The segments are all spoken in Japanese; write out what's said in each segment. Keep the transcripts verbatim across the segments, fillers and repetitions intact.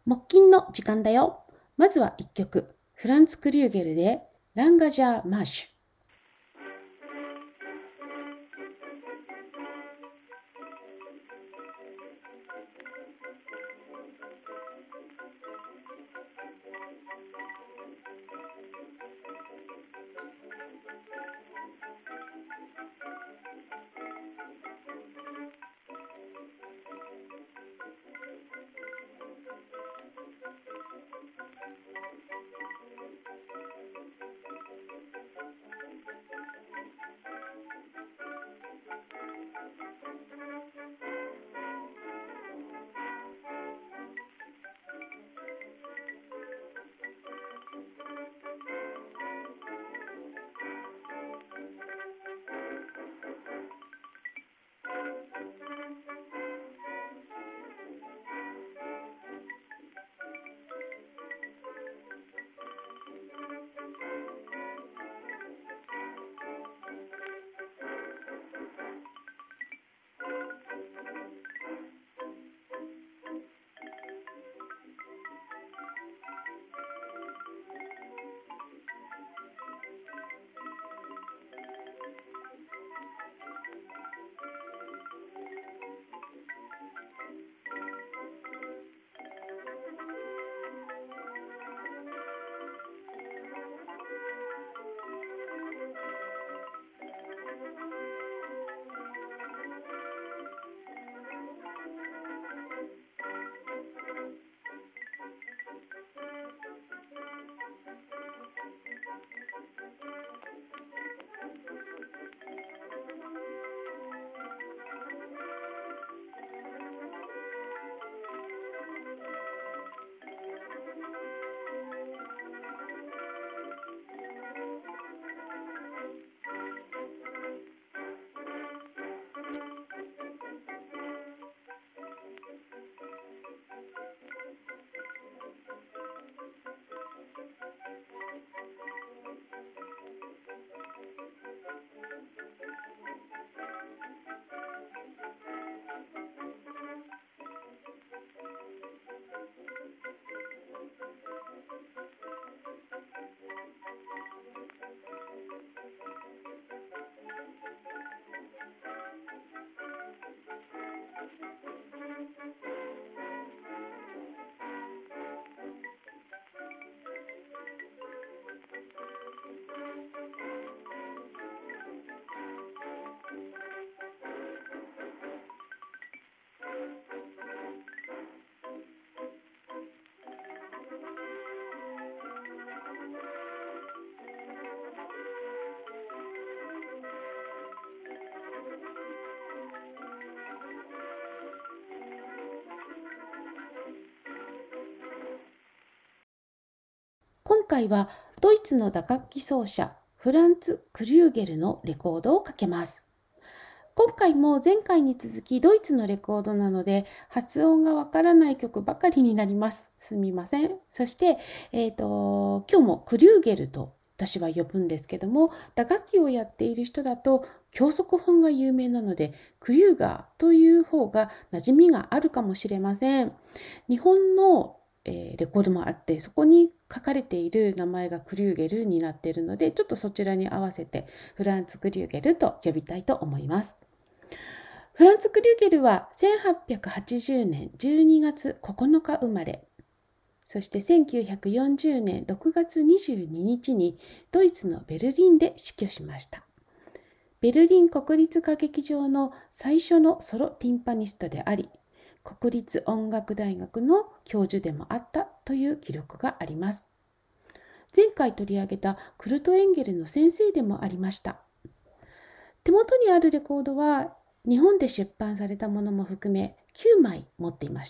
木琴の時間だよ。まずはいっきょく、フランツ・クリューゲルでランガジャー・マーシュ。今回はドイツの打楽器奏者フランツ・クリューゲルのレコードをかけます。今回も前回に続きドイツのレコードなので発音がわからない曲ばかりになります。すみません。そして、えーと、今日もクリューゲルと私は呼ぶんですけども、打楽器をやっている人だと教則本が有名なのでクリューガーという方が馴染みがあるかもしれません。日本のえー、レコードもあってそこに書かれている名前がクリューゲルになっているのでちょっとそちらに合わせてフランツ・クリューゲルと呼びたいと思います。フランツ・クリューゲルはせんはっぴゃくはちじゅうねんじゅうにがつここのか生まれ、そしてせんきゅうひゃくよんじゅうねんろくがつにじゅうににちにドイツのベルリンで死去しました。ベルリン国立歌劇場の最初のソロティンパニストであり、国立音楽大学の教授でもあったという記録があります。前回取り上げたクルト・エンゲルの先生でもありました。手元にあるレコードは日本で出版されたものも含めきゅうまい持っていました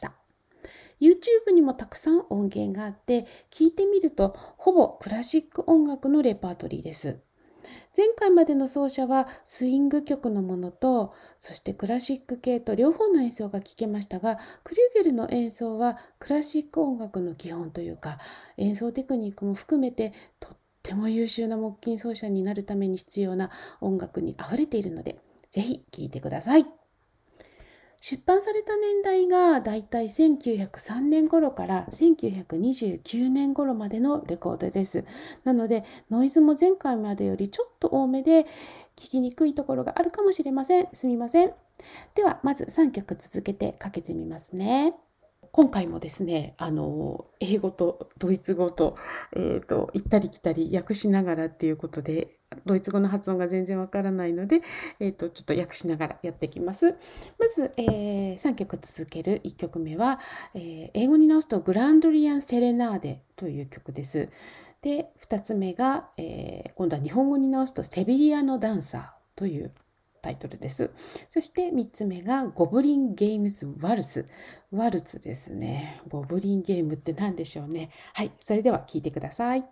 。YouTube にもたくさん音源があって聞いてみるとほぼクラシック音楽のレパートリーです。前回までの奏者はスイング曲のものとそしてクラシック系と両方の演奏が聴けましたが、クリューゲルの演奏はクラシック音楽の基本というか演奏テクニックも含めてとっても優秀な木琴奏者になるために必要な音楽にあふれているのでぜひ聴いてください。 出版された年代がだいたいせんきゅうひゃくさんねん頃からせんきゅうひゃくにじゅうきゅうねん頃までのレコードです。なので、ノイズも前回までよりちょっと多めで、聞きにくいところがあるかもしれません。すみません。では、まずさんきょく続けてかけてみますね。今回もですね、あの、英語とドイツ語と、えっと、行ったり来たり訳しながらっていうことで、ドイツ語の発音が全然わからないので、えっと、ちょっと訳しながらやっていきます。まず、えー、さんきょく続けるいっきょくめは、えー英語に直すとグランドリアン・セレナーデという曲です。で、ふたつめが、えー今度は日本語に直すとセビリアのダンサーというタイトルです。そしてみっつめがゴブリン・ゲームズ・ワルス。ワルツですね。ゴブリンゲームって何でしょうね。はい、それでは聞いてください。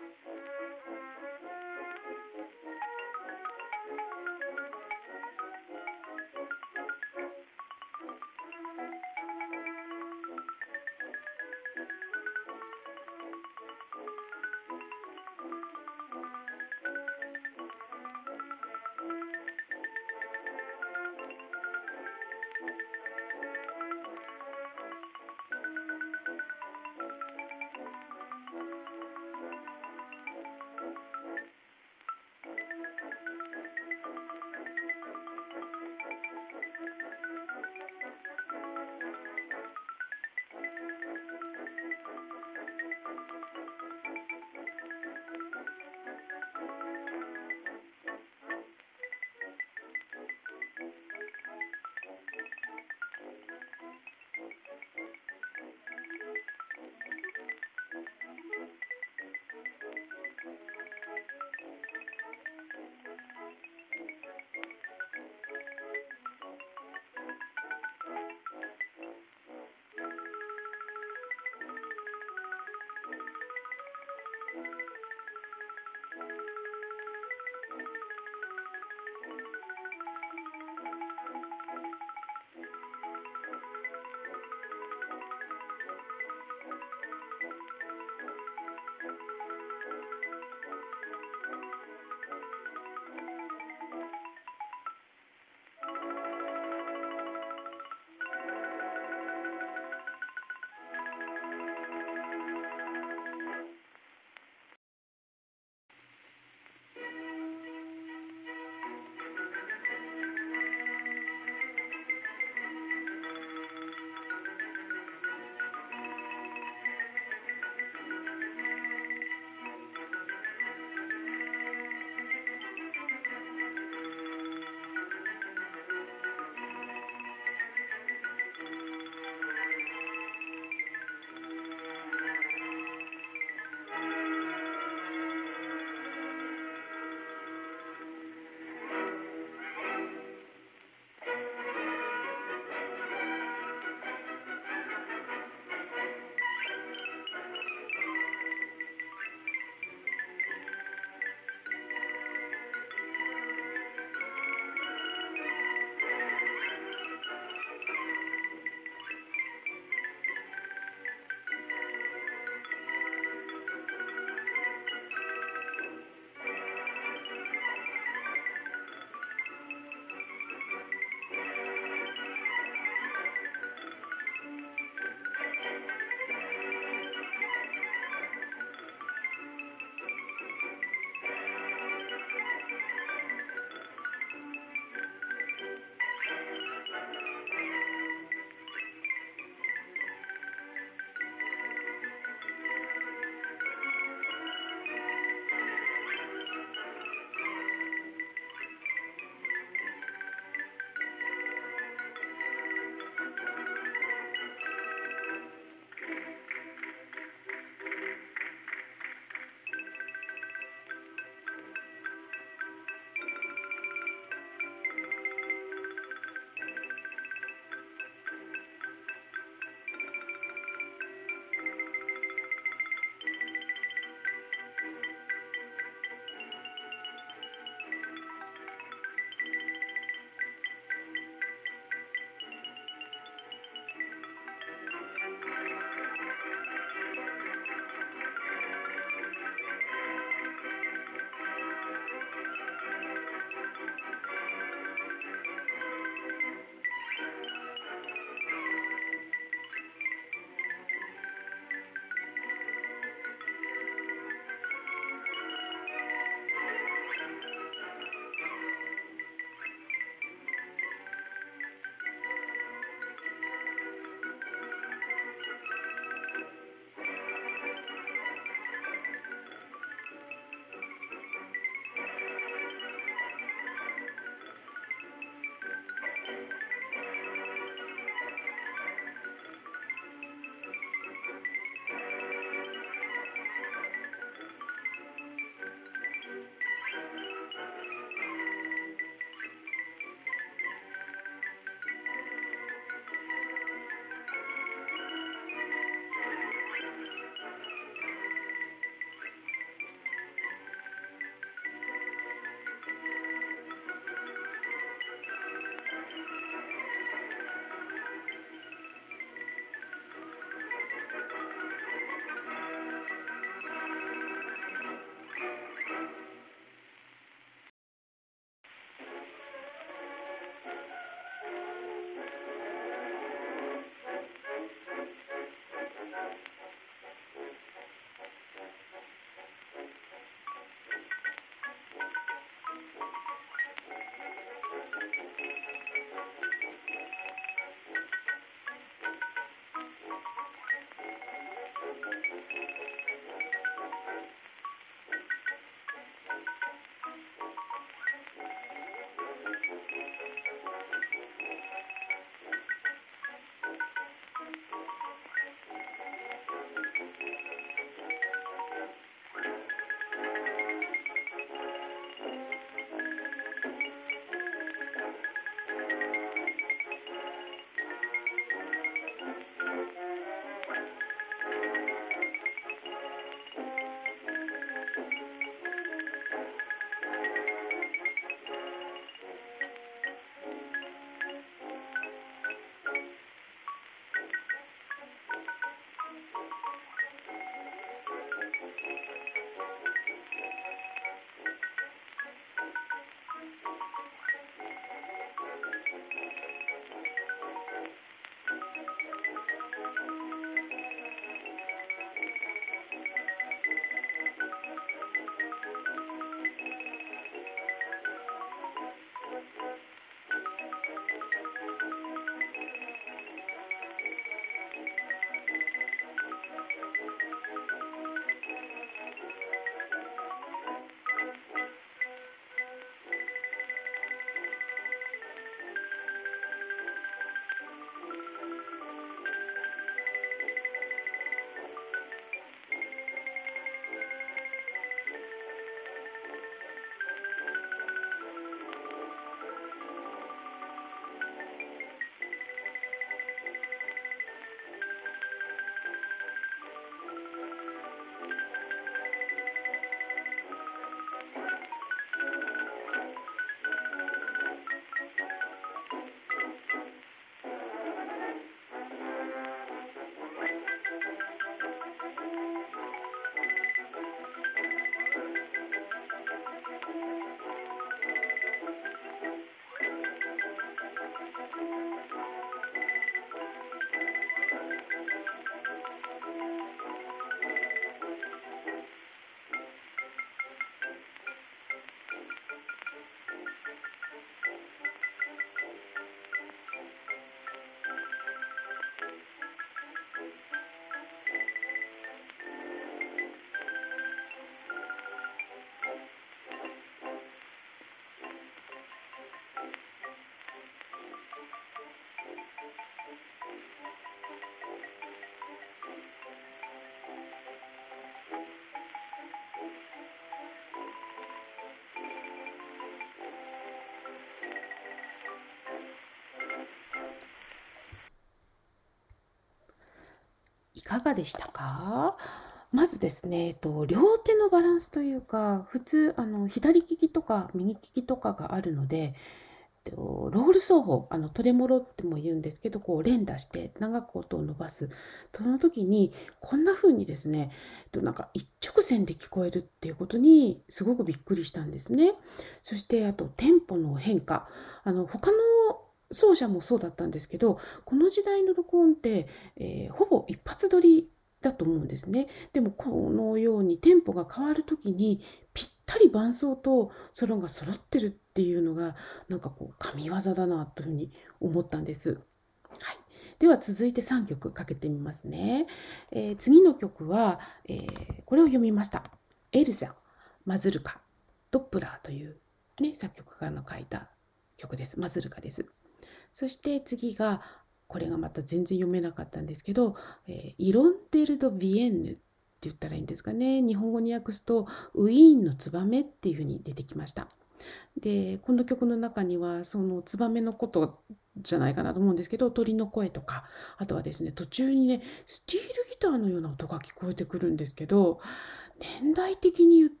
かがでしたか？まずですね、えっと、両手のバランスというか、普通、あの、左利きとか右利きとかがあるので、えっと、ロール奏法、あの、トレモロっても言うんですけど、こう連打して長く音を伸ばす。その時に、こんな風にですね、えっと、なんか一直線で聞こえるっていうことにすごくびっくりしたんですね。そして、あとテンポの変化。あの、他の奏者もそうだったんですけど、この時代の録音って、えーほぼ一発撮りだと思うんですね。でもこのようにテンポが変わる時にぴったり伴奏とソロが揃ってるっていうのがなんかこう神業だなというふうに思ったんです。はい、では続いてさんきょくかけてみますね。えー次の曲は、えーこれを読みました。エルザ・マズルカ・ドップラーという、ね、作曲家の書いた曲です。マズルカです。そして次が、これがまた全然読めなかったんですけど、えーイロンデル・ド・ビエンヌって言ったらいいんですかね。日本語に訳すと、ウィーンのツバメっていうふうに出てきました。で、この曲の中には、そのツバメのことじゃないかなと思うんですけど、鳥の声とか、あとはですね、途中にね、スティールギターのような音が聞こえてくるんですけど、年代的に言って、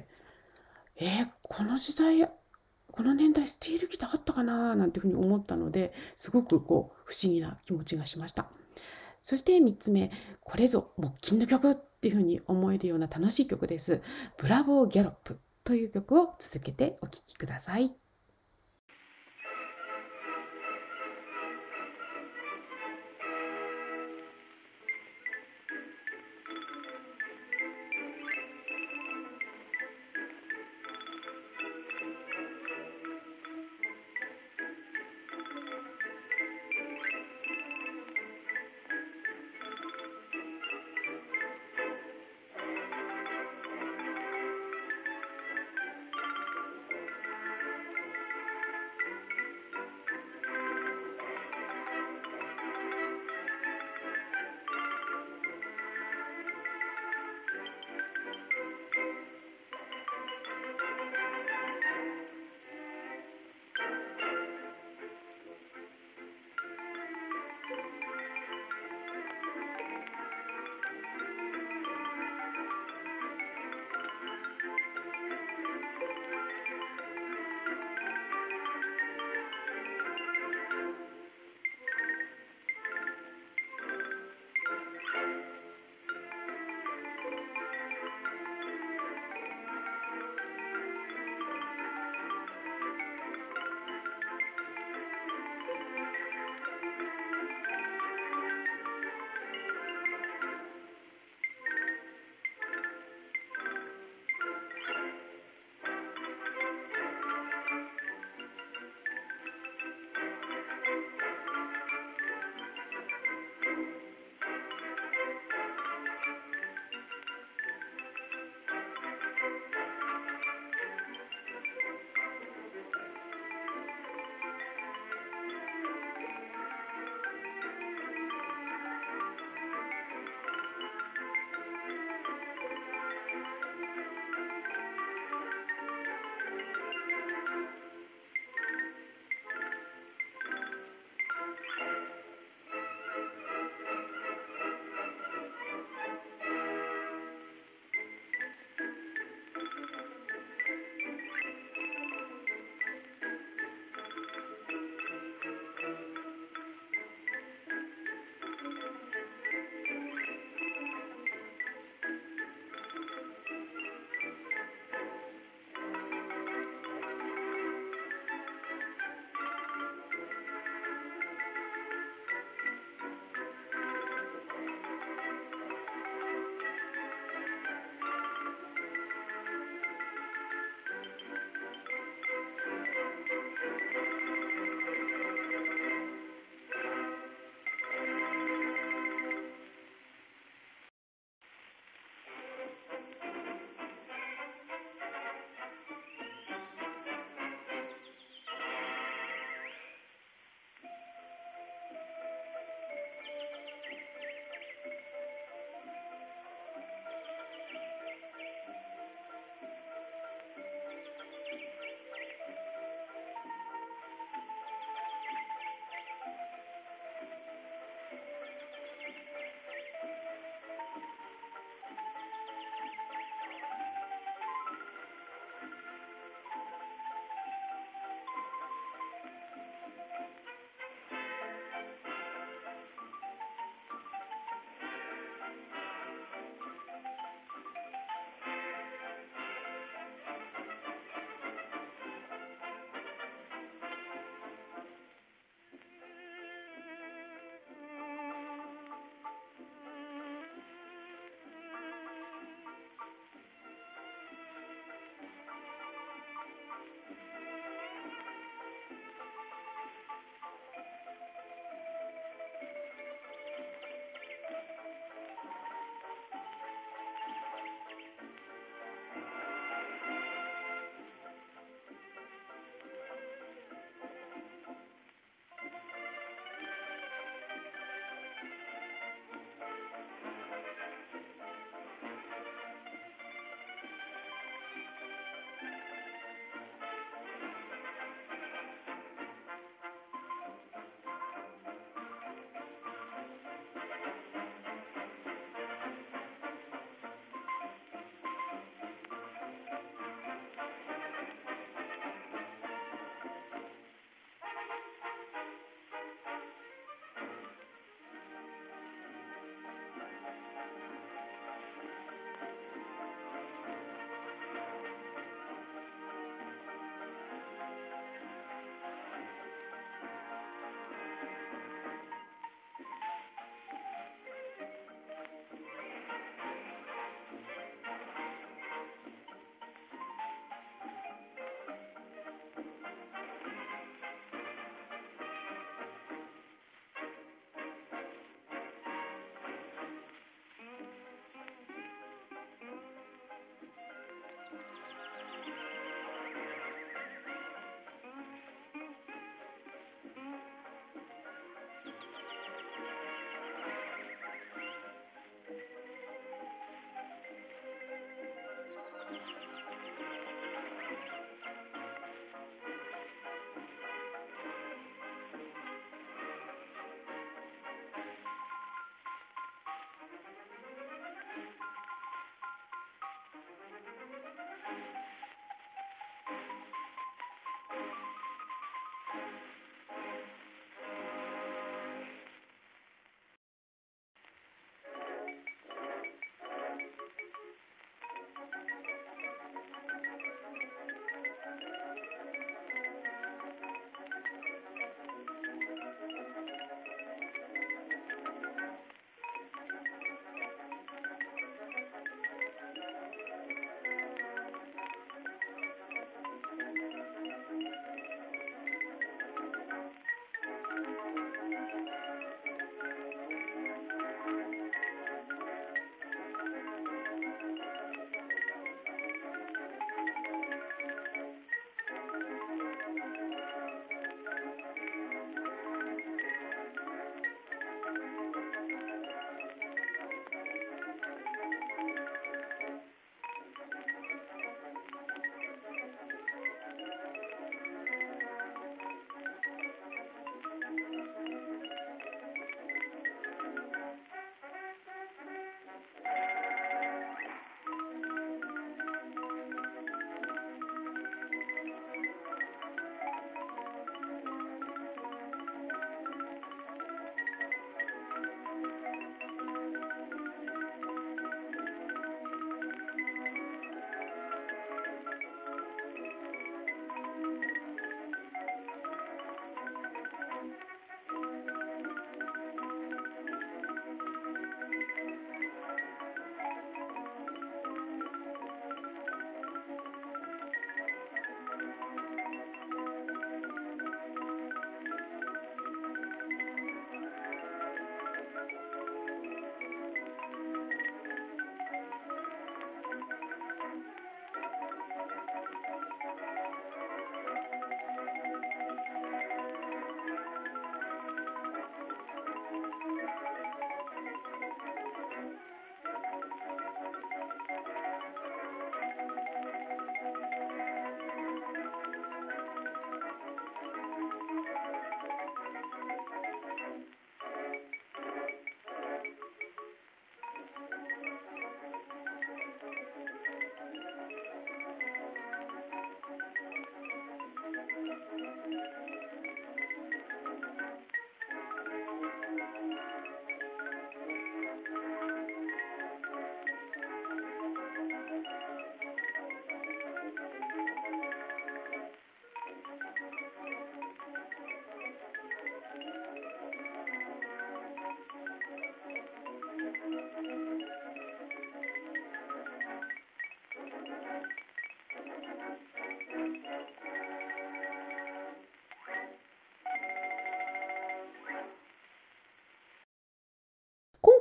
えーこの時代、この年代スティールギターあったかななんていうふうに思ったので、すごくこう不思議な気持ちがしました。そしてみっつめ、これぞ木琴の曲っていうふうに思えるような楽しい曲です。ブラボーギャロップという曲を続けてお聴きください。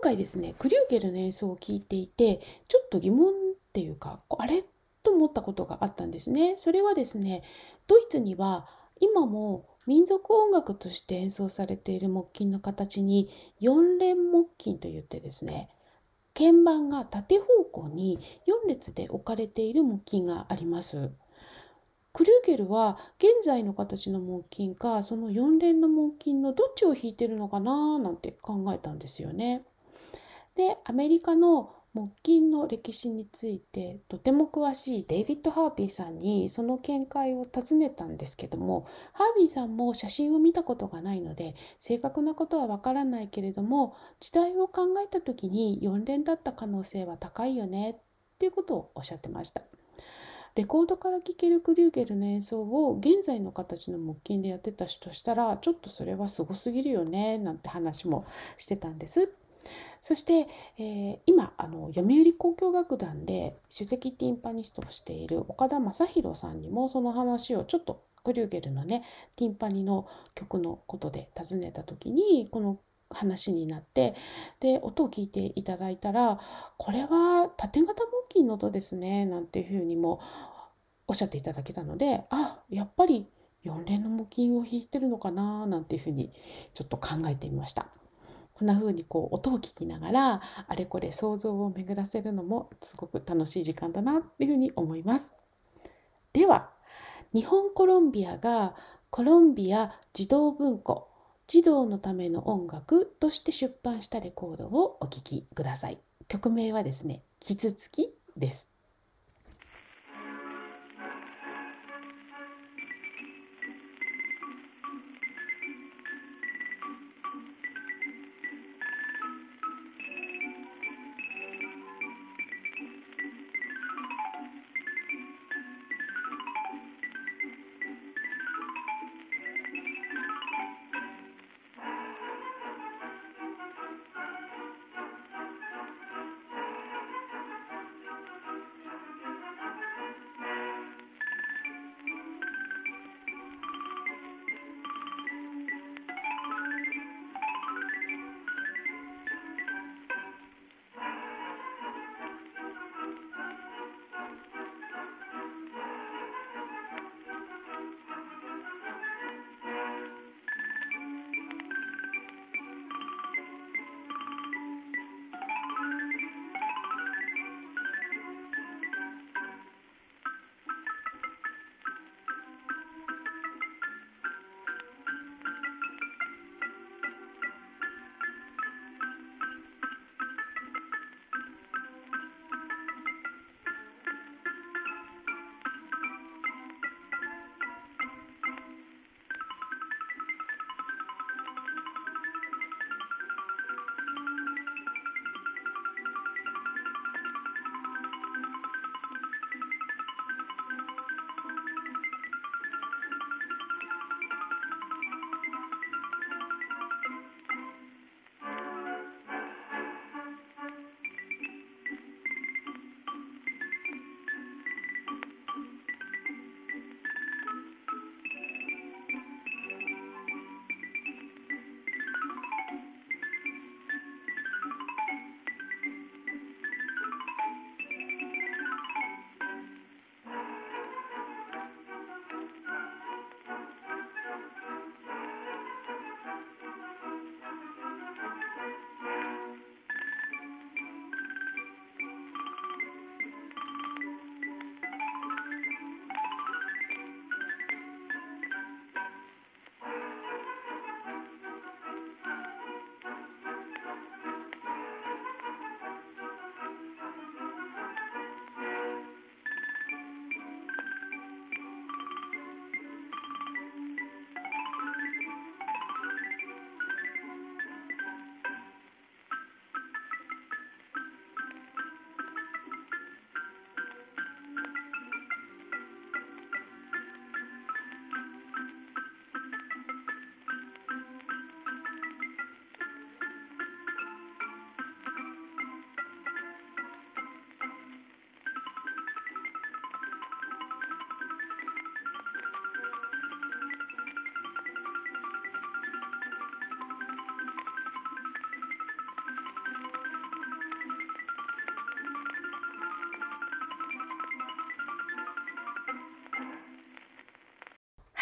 回ですね、クリューゲルの演奏を聴いていて、ちょっと疑問っていうか、こうあれと思ったことがあったんですね。それはですね、ドイツには今も民族音楽として演奏されている木琴の形に四連木琴といってですね、鍵盤が縦方向によん列で置かれている木琴があります。クリューゲルは現在の形の木琴か、そのよん連の木琴のどっちを弾いてるのかななんて考えたんですよね。で、アメリカの木琴の歴史についてとても詳しいデイビッド・ハービーさんにその見解を尋ねたんですけども、ハービーさんも写真を見たことがないので正確なことはわからないけれども、時代を考えた時によん連だった可能性は高いよねっていうことをおっしゃってました。レコードから聴けるクリューゲルの演奏を現在の形の木琴でやってた人としたら、ちょっとそれはすごすぎるよねなんて話もしてたんです。そして、えー今あの読売交響楽団で首席ティンパニストをしている岡田正宏さんにもその話をちょっとクリューゲルのねティンパニの曲のことで尋ねた時にこの話になって、で音を聞いていただいたら、これは縦型木琴の音ですねなんていうふうにもおっしゃっていただけたので、あ、やっぱりよん連の木琴を弾いてるのかななんていうふうにちょっと考えてみました。こんな風にこう音を聞きながらあれこれ想像を巡らせるのもすごく楽しい時間だなっていうふうに思います。では、日本コロンビアがコロンビア児童文庫児童のための音楽として出版したレコードをお聴きください。曲名はですね、キツツキです。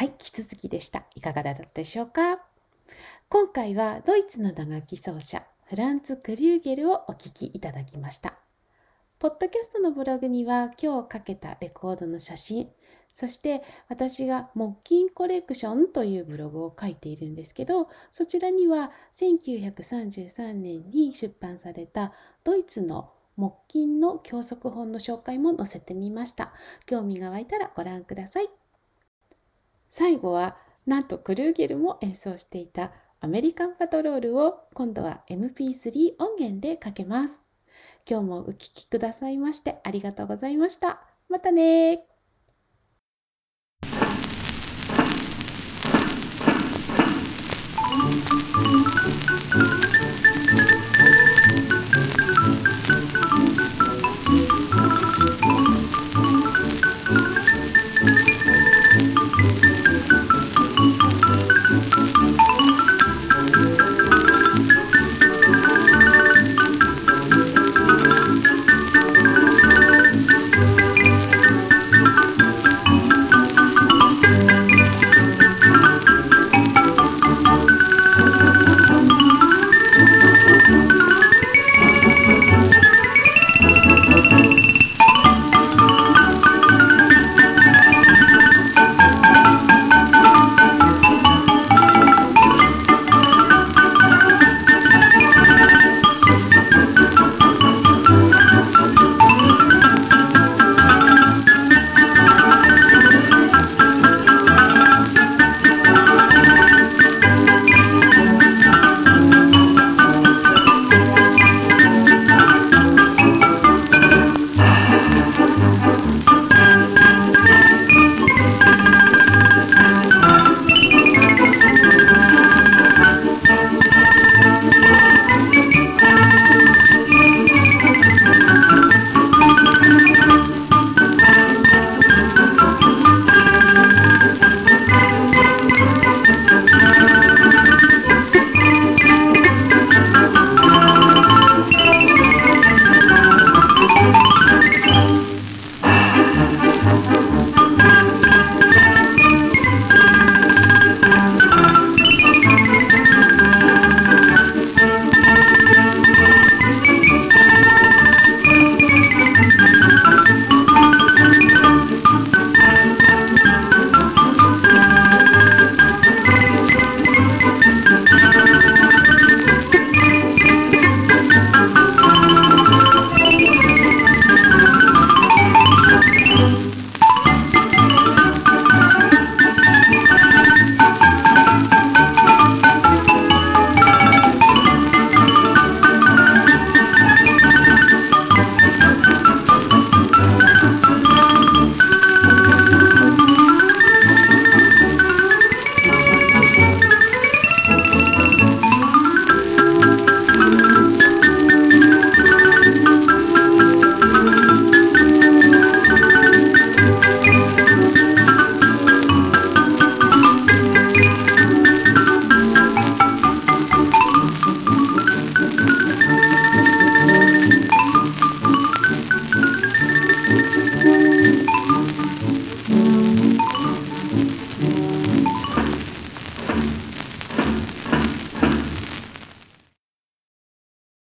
はい、木続きでした。いかがだったでしょうか？今回はドイツの打楽器奏者、フランツ・クリューゲルをお聴きいただきました。ポッドキャストのブログには今日かけたレコードの写真、そして私が木琴コレクションというブログを書いているんですけど、そちらにはせんきゅうひゃくさんじゅうさんねんに出版されたドイツの木琴の教則本の紹介も載せてみました。興味が湧いたらご覧ください。最後はなんとクルーゲルも演奏していたアメリカンパトロールを今度は エムピースリー 音源でかけます。今日もお聴きくださいましてありがとうございました。またね。